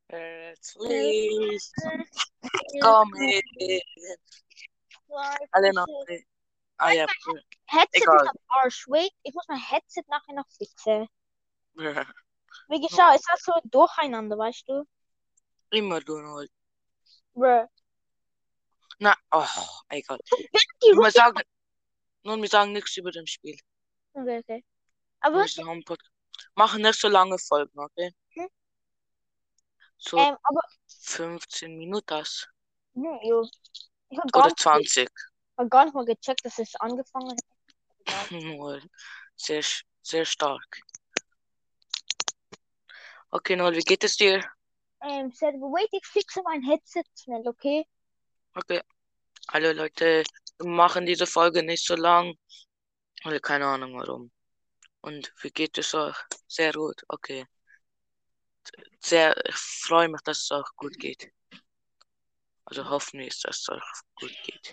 Herzlich willkommen. Alle noch. Ah ja, Headset egal. ist am Arsch. Wait, ich muss mein Headset nachher noch fixen. Bruh. Wie gesagt, ist das so durcheinander, weißt du? Immer du noch. Bruh. Na, egal. Die Wir sagen nichts über das Spiel. Okay. Aber was? Machen nicht so lange Folgen, okay? So Aber 15 Minuten das. jo. Ich hab Oder 20. gar nicht mal gecheckt, dass es angefangen hat. Nur sehr, sehr stark. Okay, Noel, wie geht es dir? Wait, ich fixe mein Headset schnell, okay? Okay. Hallo Leute, wir machen diese Folge nicht so lang. Weil keine Ahnung warum. Und wie geht es euch? Sehr gut, okay. Ich freue mich, dass es euch gut geht. Also hoffentlich, dass es euch gut geht.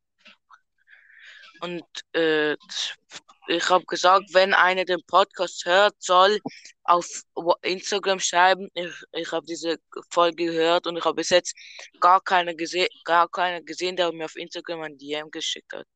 Und ich habe gesagt, wenn einer den Podcast hört, soll auf Instagram schreiben. Ich habe diese Folge gehört und ich habe bis jetzt gar keiner gesehen, der mir auf Instagram ein DM geschickt hat.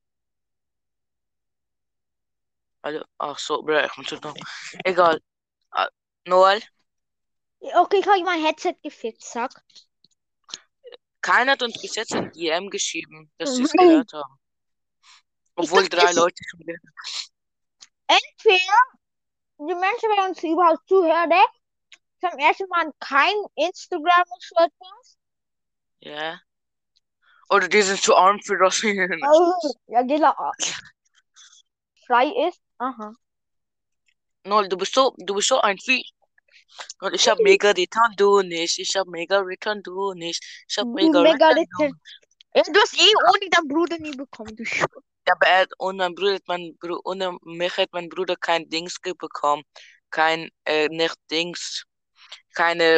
Also, ach so, ich muss noch. Egal. Noel? Okay, ich habe mein Headset gefixt, sag. Keiner hat uns bis jetzt ein DM geschrieben, dass sie es gehört haben. Obwohl 3 Leute schon wieder. Entweder die Menschen, die uns überhaupt zuhören, zum ersten Mal kein Instagram und so etwas. Ja. Oder die sind zu arm für das. Ja, genau. Frei ist. Aha. Noel, du bist so ein Vieh. Und ich hab mega Return, du nicht. Ich hab mega Return, du nicht. Ich hab mega Return, du nicht. Ja, du hast ohne deinen Bruder nie bekommen, du Sch Ja, aber ohne mich hat mein Bruder kein Dings bekommen. Nicht Dings. Keine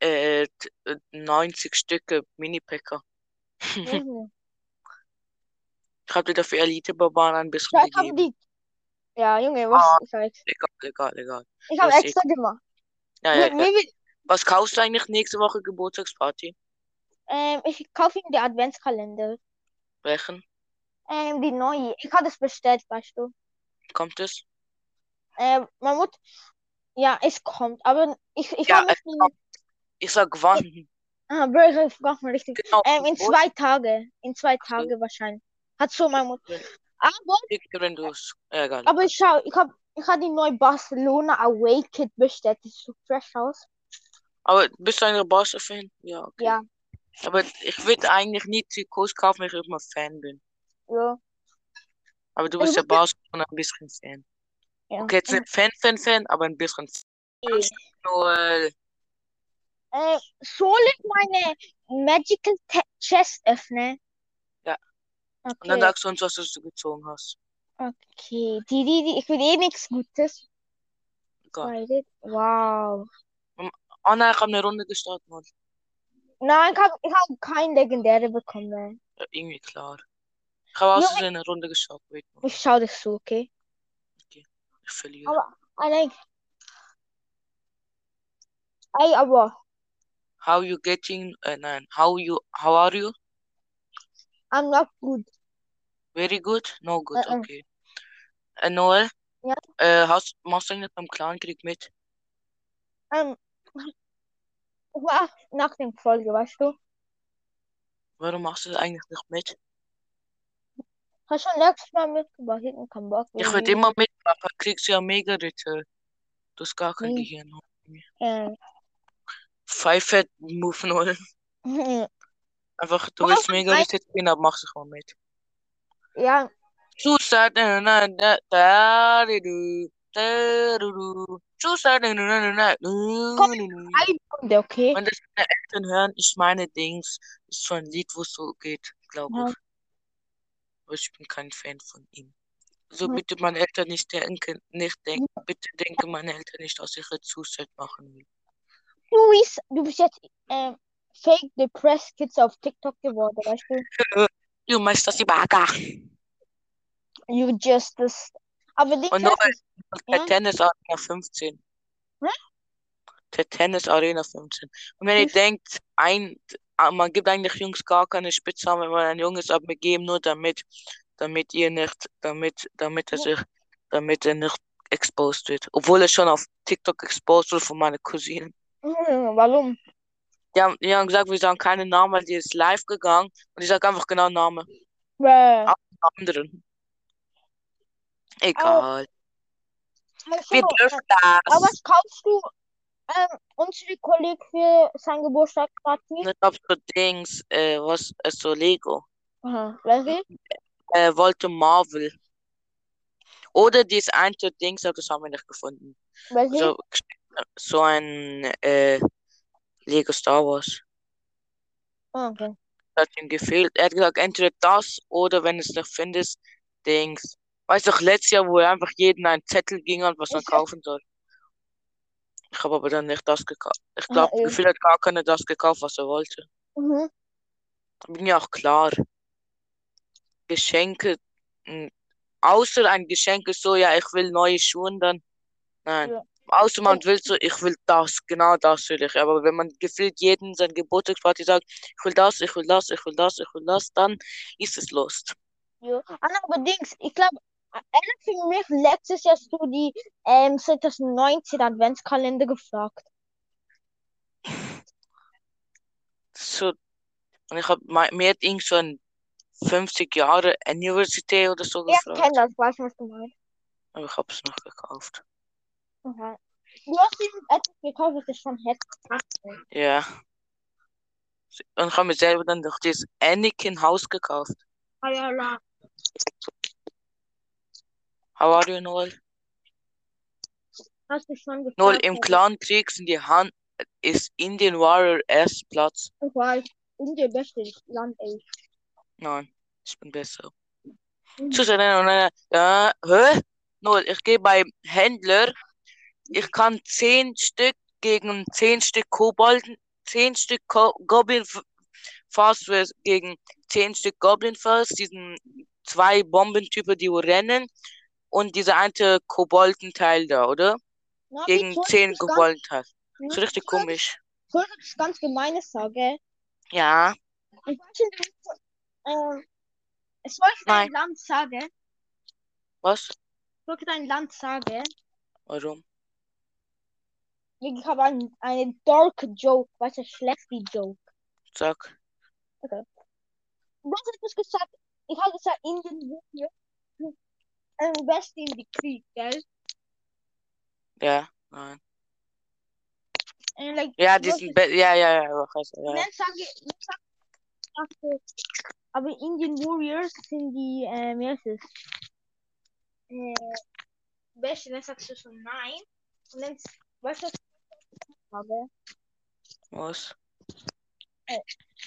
90 Stücke Mini-Packer. Ich hab dir dafür Elite-Barbaren ein bisschen gegeben. Ja, Junge, was ist halt? Egal. Ich habe extra gemacht. Ja. Was kaufst du eigentlich nächste Woche Geburtstagsparty? Ich kaufe ihm den Adventskalender. Welchen? Die neue. Ich habe das bestellt, weißt du. Kommt es? Man muss. Ja, es kommt, aber ich Ja, habe nicht. ich sag wann. Bro, ich brauche mal richtig. Genau. In 2 Tage. In 2 Tage wahrscheinlich. Hat so mein Mutter. Wenn du es. Egal. Aber ich habe die neue Barcelona Away Kit bestellt. Die sieht so fresh aus. Aber bist du ein Barca-Fan? Ja, okay. Ja. Aber ich würde eigentlich nie Trikots kaufen, wenn ich immer Fan bin. Ja. Aber du bist ja Barca und ein bisschen Fan. Ja. Okay, jetzt nicht Fan, aber ein bisschen. Noel. Soll ich meine Magical Chest öffnen? Ja. Okay. Und dann sagst du uns, was du gezogen hast. Okay. Ich will nichts Gutes. Egal. Wow. Oh nein, ich habe eine Runde gestartet, Mann. Nein, ich hab kein Legendäre bekommen. Ja, irgendwie klar. Ich habe außerdem eine Runde geschaut. Ich schau dich so, okay? Okay. Ich verliere. Aber, aber. How you getting? Nein. How are you? I'm not good. Very good? No good, okay. Noel? Ja. Machst du nicht beim Clankrieg mit? Nach dem Folge, weißt du? Warum machst du das eigentlich nicht mit? Hast schon letztes Mal mitgebracht, ich hab keinen Bock. Ich würde immer mitmachen, kriegst du ja mega Ritter. Du hast gar kein Gehirn. Pfeife Move 0. Einfach, du willst mega Ritter spielen, aber machst dich mal mit. Ja. Okay. Wenn das meine Eltern hören, ist meine Dings, ist so ein Lied, wo es so geht, glaube ich. Aber ich bin kein Fan von ihm. So bitte meine Eltern nicht denken, bitte denken meine Eltern nicht, dass ich jetzt Suicide machen will. Du bist jetzt Fake Depressed Kids auf TikTok geworden, weißt du? Du meinst das die Baga. You just. Aber die Und nur Tennis nach 15. Der Tennis Arena 15. Und wenn ihr denkt, man gibt eigentlich Jungs gar keine Spitznamen, wenn man ein Junge ist, aber wir geben nur damit ihr nicht, damit er nicht exposed wird. Obwohl er schon auf TikTok exposed wurde von meiner Cousine. Warum? Die haben gesagt, wir sagen keine Namen, weil die ist live gegangen und ich sag einfach genau Namen. Bäh. Auch die anderen. Aber, Egal. also, Wir dürfen aber das. was kaufst du unsere Kollegen für sein Geburtstag gratis? Ich hab so Dings, was ist so Lego. Aha. Welche? Wollte Marvel. Oder dieses eine Dings, aber das haben wir nicht gefunden. Welche? Also so ein Lego Star Wars. Ah, okay. Hat ihm gefehlt. Er hat gesagt, entweder das oder wenn es nicht findest, Dings. Weißt du, letztes Jahr, wo er einfach jeden einen Zettel ging und was man kaufen soll. Ich habe aber dann nicht das gekauft. Ich glaube, Ja. gefühlt hat gar keiner das gekauft, was er wollte. Mhm. Bin ja auch klar. Geschenke, mh, außer ein Geschenk ist so, ja, ich will neue Schuhe, dann nein. Ja. Außer man will so, ich will das, genau das will ich. Aber wenn man gefühlt jeden seine Geburtstagsparty sagt, ich will das, ich will das, ich will das, ich will das, dann ist es Lust. Ja. Anna, aber Dings, ich glaube, einer für mich letztes Jahr hast du die 2019 Adventskalender gefragt. So, und ich habe mir hat irgend so ein 50 Jahre Anniversary oder so Ja, ich kenne gefragt. das, weiß, was du meinst. Aber ich habe es noch gekauft. Okay. Du hast ihm etwas gekauft, das ist schon heftig. Ja. Und ich habe mir selber dann noch dieses Anakin-Haus gekauft. Ah ja, la. How are you, Noel? Hast du schon Noel, gefragt? im Clan-Krieg sind die Hand ist Indian Warrior erst Platz. Ich weiß, Indien bestes Land, ey. Nein, ich bin besser. Mhm. Ja, hä? Noel, ich gehe beim Händler. Ich kann 10 Stück gegen 10 Stück Kobolden, 10 Stück Goblin Fast gegen 10 Stück Goblin Fast, diesen zwei Bombentypen, die rennen und dieser eine Koboldenteil da, oder? Na, wie Gegen soll ich 10 das ganz, Koboldenteil. hm, Ist richtig komisch. soll ich das ganz Gemeines sagen? Ja, Ich weiß nicht, soll ich nein. dein Land sagen? Was? Soll ich dein Land sagen? Warum? Ich habe einen Dark Joke, weißt du, schlechte Joke. Sag. Okay. Du hast etwas gesagt, ich habe gesagt, Indien hier am besten in die Krieg, gell? Ja, nein. Like, Ja, was diesen ist, ja, und ja. dann sagte, aber Indian Warriors sind die, wie heißt es? Besten, dann sagst du so nein. Und dann, weißt du, was ich habe? Was? Äh,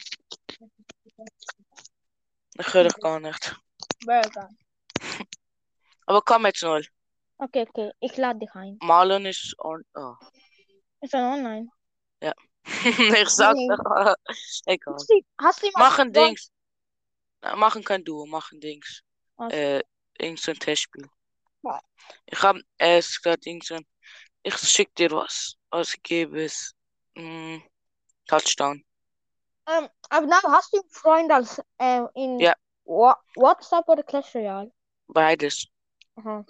Ich höre dich gar nicht. Burger. Aber komm jetzt mal. Okay, okay, ich lade dich ein. Marlon ist on. Oh. Ist er online? Ja. Ich sag Nee. doch. Egal. Hast du ihm Machen Dings. Na, machen kein Duo, machen Dings. Was? Irgend so ein Testspiel. Ja. Ich hab es gerade irgend so ein. Ich schick dir was. Was gäbe es? Touchdown. Aber na, hast du einen Freund als in Ja, WhatsApp oder Clash Royale? beides. Aha.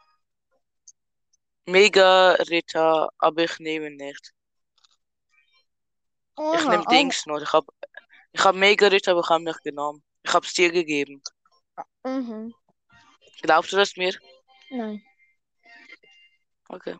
Mega Ritter, aber ich nehme nicht. Ich Aha, nehme Dings nur. Ich hab Mega Ritter, aber ich habe nicht genommen. Ich hab's dir gegeben. Mhm. Glaubst du das mir? Nein. Okay.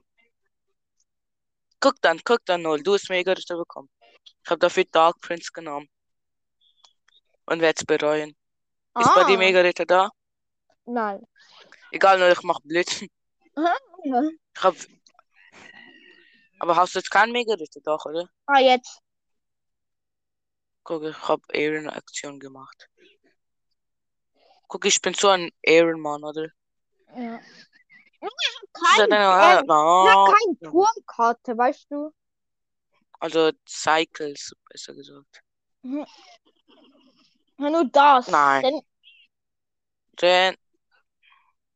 Guck dann, Null. Du hast Mega Ritter bekommen. Ich habe dafür Dark Prince genommen. Und werde es bereuen. Ist bei dir Ah, Mega Ritter da? nein. Egal, nur ich mach Blödsinn. Aha. Ja. Ich hab. Aber hast du jetzt keinen Mega Ritter, doch, oder? Ah, jetzt. Guck, ich hab Aaron-Aktion gemacht. Guck, ich bin so ein Aaron-Mann, oder? Ja. Na, Keine Turmkarte, weißt du? also Cycles, besser gesagt. Mhm. Ja, nur das. Nein. Denn,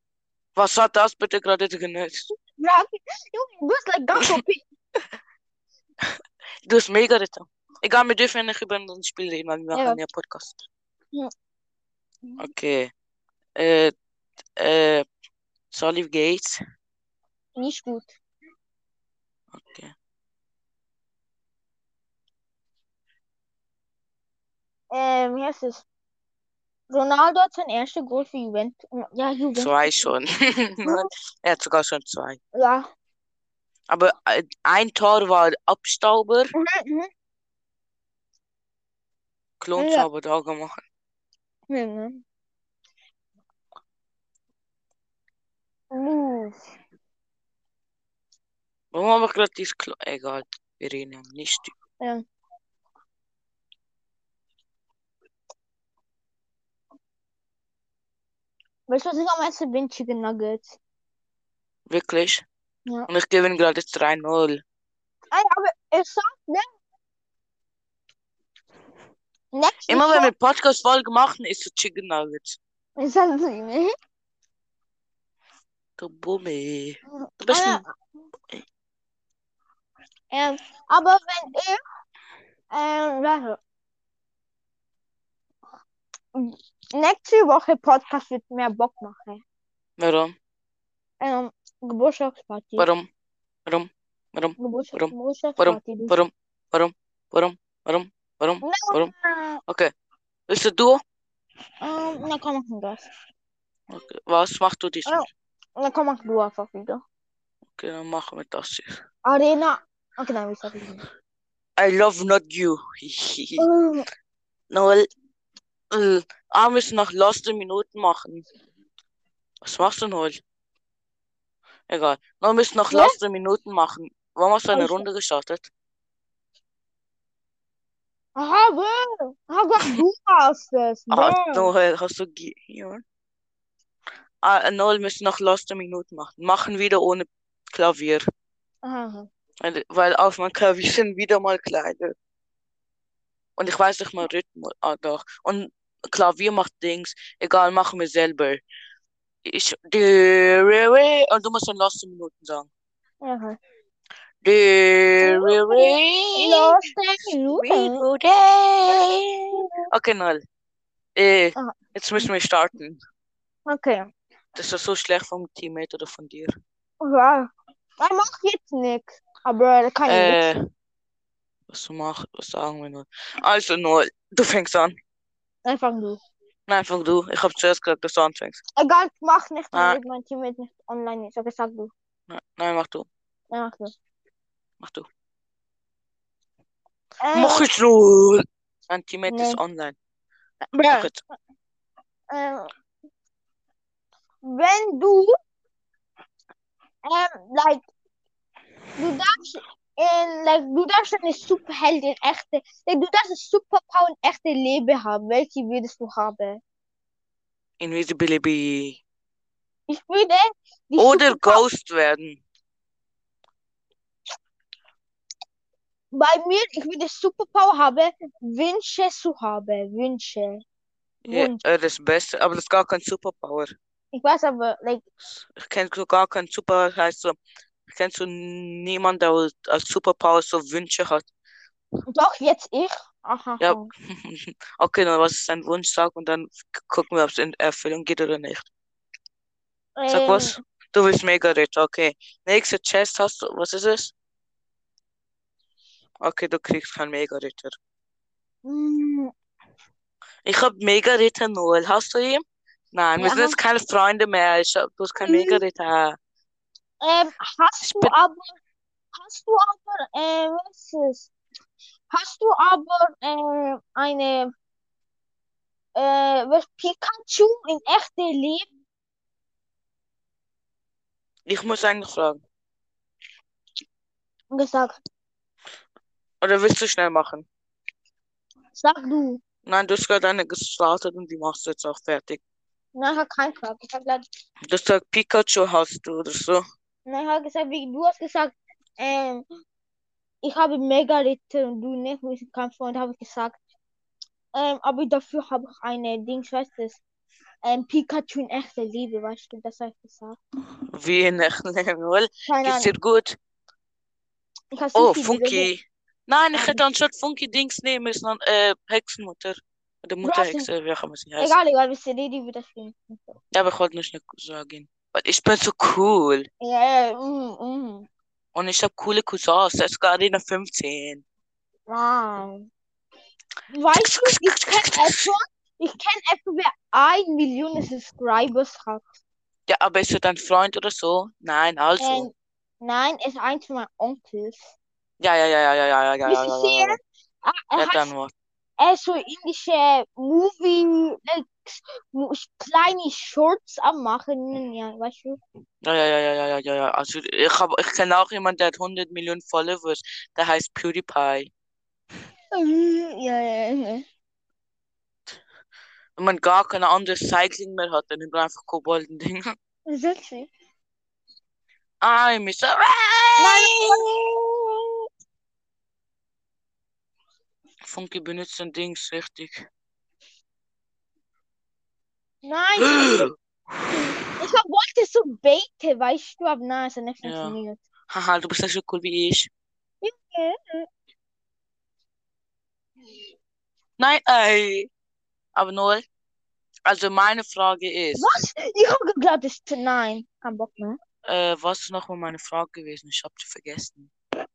was hat das bitte gerade genutzt? Ja, Junge, du bist like ganz OP. Du hast mega Ritter. Egal, wir dürfen ja nicht über ein Spiel reden, weil wir Ja. machen ja Podcast. Ja. Okay. Solid Gates. Nicht gut. Okay. Wie heißt es? Ronaldo hat sein erstes Goal für Juventus. Ja, Juventus. 2 schon. Er hat sogar schon 2. Ja. Aber ein Tor war Abstauber. Mhm. Klons Ja. haben da gemacht. Mhm. Move. Warum habe ich gerade dieses Egal, wir reden ja nicht. Ja. Weißt du, was ich am meisten bin? Chicken Nuggets. Wirklich? Ja. Und ich gewinne gerade 3-0. Ey, aber ich sag, ne? Nächste Immer wenn Show wir Podcast-Folge machen, ist so Chicken Nuggets. ist das ne? Du Bummi. Du bist Aber, ein... aber wenn ich, warte. Nächste Woche Podcast wird mehr Bock machen. Warum? Geburtstagsparty. Warum? Warum? Warum? Warum? Geburtstagsparty. Warum? Warum? Warum? Warum? Warum? Warum? Na, Okay. Bist du? na komm, mach das. Okay. Was machst du diesmal? Na komm, mach du einfach wieder. Okay, dann machen wir das hier. Arena. Okay, nein, wie sag ich nicht. I love not you. No, wir müssen noch letzte Minuten machen. Was machst du denn heute? Egal. Wir müssen noch Ja? letzte Minuten machen. Warum hast du eine Also- Runde gestartet? Aha, du hast es. Noel, hast du hier? Noel, wir müssen noch letzte Minuten machen. Machen wieder ohne Klavier. Aha. Weil auf meinem Klavier sind wieder mal Kleider. Und ich weiß nicht mal Rhythmus. Doch. Und Klavier macht Dings. Egal, machen wir selber. Und du musst dann letzte Minuten sagen. Aha. Okay, Noel. Aha. Jetzt müssen wir starten. Okay. Das ist so schlecht vom Teammate oder von dir. Ja. Er macht jetzt nichts. Aber er kann ja nichts. Was sagen wir nur? Also, Noel, du fängst an. Einfach du. Nein, fang du. Ich habe zuerst gesagt, dass du anfängst. Egal, mach nicht, Ah. damit mein Teammate nicht online ist. Okay, sag du. Nein, mach du. Ja, mach du. Mach du. Mach ich nur. Mein Teammate ist online. Mach jetzt. Wenn du like du darfst eine Superheld in echte, du darfst eine Superpower in echte Leben haben. Welche würdest du haben? Invisibility. Ich würde die Oder Superpower, Ghost werden. bei mir, ich würde Superpower haben, Wünsche zu haben. Wünsche. Ja, Wunsch. das ist das Beste, aber das ist gar kein Superpower. Ich weiß aber, like, Ich kenne so gar keinen Superpower, heißt so, ich kenne so niemanden, der als Superpower so Wünsche hat. doch, jetzt ich. Aha. Ja. Okay, dann was ist dein Wunsch, sag, und dann gucken wir, ob es in Erfüllung geht oder nicht. Sag was. Du willst mega rich, okay. Nächste Chest hast du, was ist es? Okay, du kriegst keinen Mega-Ritter. Ich hab Mega-Ritter Noel. Hast du ihn? Nein, wir Ja. sind jetzt keine Freunde mehr. Du hast keinen Mega-Ritter. Hast du aber, was ist es? Hast du aber eine was Pikachu in echte Leben? Ich muss eigentlich fragen. Gesagt. Oder willst du schnell machen? Sag du. Nein, du hast gerade eine gestartet und die machst du jetzt auch fertig. Nein, ich habe keinen Frage. Ich habe gesagt, Du hast gesagt, Pikachu hast du oder so. nein, ich habe gesagt, wie du hast gesagt, ich habe Mega-Ritter und du nicht, wir sind kein Freund, habe ich gesagt. Aber dafür habe ich eine Dings, weißt du, Pikachu in echter Liebe, weißt du, das habe ich gesagt. Wie in echten Leben, Noel. Keine Geht's dir Ahnung. gut? Ich habe Oh, Sushi Funky. Nein, ich Ah, hätte anstatt Funky Dings nehmen müssen. Hexenmutter. Oder du hast Mutterhexe, wie auch immer sie heißt. egal, wir sind die wieder spielen. Ja, aber ich wollte nicht sagen. Weil ich bin so cool. Ja, Und ich habe coole Cousins. Das ist gerade in der 15. wow. Weißt du, ich kenne etwa, wer 1 Million Subscribers hat. Ja, aber ist er dein Freund oder so? Nein, also. Nein, er ist eins von meinen Onkels. Ja, ja, ja, ja, ja, ja, ja, ja, Willst ja, du ja, ja, sehen? ja. Er Ja, hat dann was. er so indische Movie, kleine Shorts am machen, ja, weißt du? Ja, ja, ja, ja, ja, ja, ja, ja. Also ich kenne auch jemanden, der hat 100 Millionen Followers. Der heißt PewDiePie. Ja, ja, ja. Wenn man gar kein anderes Cycling mehr hat, dann nimmt man einfach Kobolden-Dinger. Wirklich? I'm Mr. Nein, Funky benutzt ein Dings richtig. nein, ich wollte so baiten, weißt du, aber nein, es hat nicht Ja. funktioniert. Haha, du bist nicht so cool wie ich. Nein, ey. Aber nur, also meine Frage ist, Was? Ich habe geglaubt, es ist nein. Kein Bock mehr. was ist nochmal meine Frage gewesen? Ich habe sie vergessen.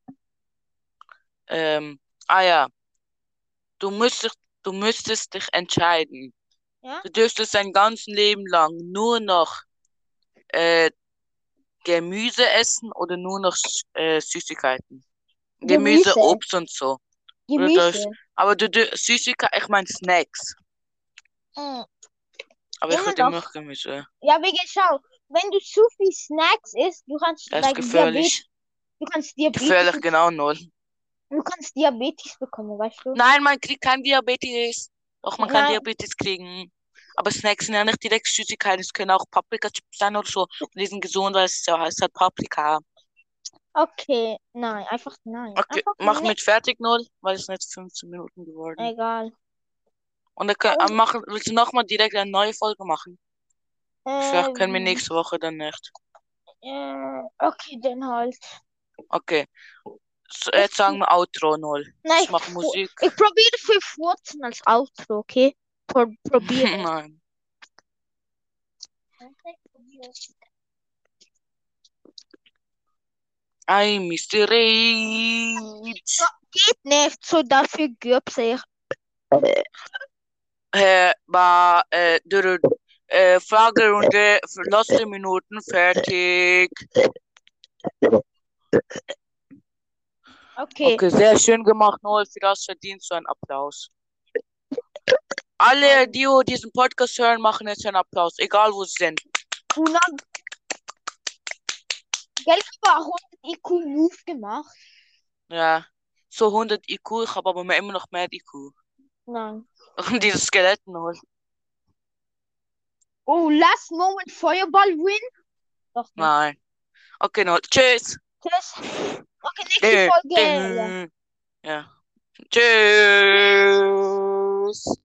Ah ja, du müsstest, du müsstest dich entscheiden. Ja? Du dürftest dein ganzes Leben lang nur noch äh, Gemüse essen oder nur noch Süßigkeiten. Gemüse, Gemüse. Obst und so. Oder Gemüse. aber Süßigkeiten, ich meine Snacks. Mm, Aber ich immer würde immer noch. noch Gemüse. Ja, wegen schau, wenn du zu viel Snacks isst, du kannst Das ist gefährlich. du kannst Diabetes, Gefährlich, genau null. du kannst Diabetes bekommen, weißt du? Nein, man kriegt kein Diabetes. Doch, man kann Nein, Diabetes kriegen. Aber Snacks sind ja nicht direkt Süßigkeiten. Es können auch Paprika-Chips sein oder so. Und die sind gesund, weil es ja heißt halt Paprika. okay, nein, einfach nein. Okay, Einfach mach nicht. mit fertig null, weil es sind jetzt 15 Minuten geworden. Egal. Und dann willst du nochmal direkt eine neue Folge machen? Vielleicht können wir Ähm, nächste Woche dann nicht. okay, dann halt. Okay, so, Ich, jetzt sagen wir Outro null. nein, Ich mache Musik. ich probiere für Furzen als Outro, okay? Probiere. Nein. I miss the rage. Geht nicht, so dafür gibt's ich. Fragerunde für letzte Minuten fertig. Okay. Okay, sehr schön gemacht, Noel. Für das verdienst du einen Applaus. Alle, die diesen Podcast hören, machen jetzt einen Applaus, egal wo sie sind. 100. Gell, ich habe 100 IQ Move gemacht. Ja, so 100 IQ, ich habe aber immer noch mehr IQ. Nein. Und dieses Skelett, Noel. Oh, last moment Feuerball win? Doch nicht. Nein. Okay, Noel. Tschüss. Tschüss. Okay, nächste Folge. Ja. Ja. Tschüss.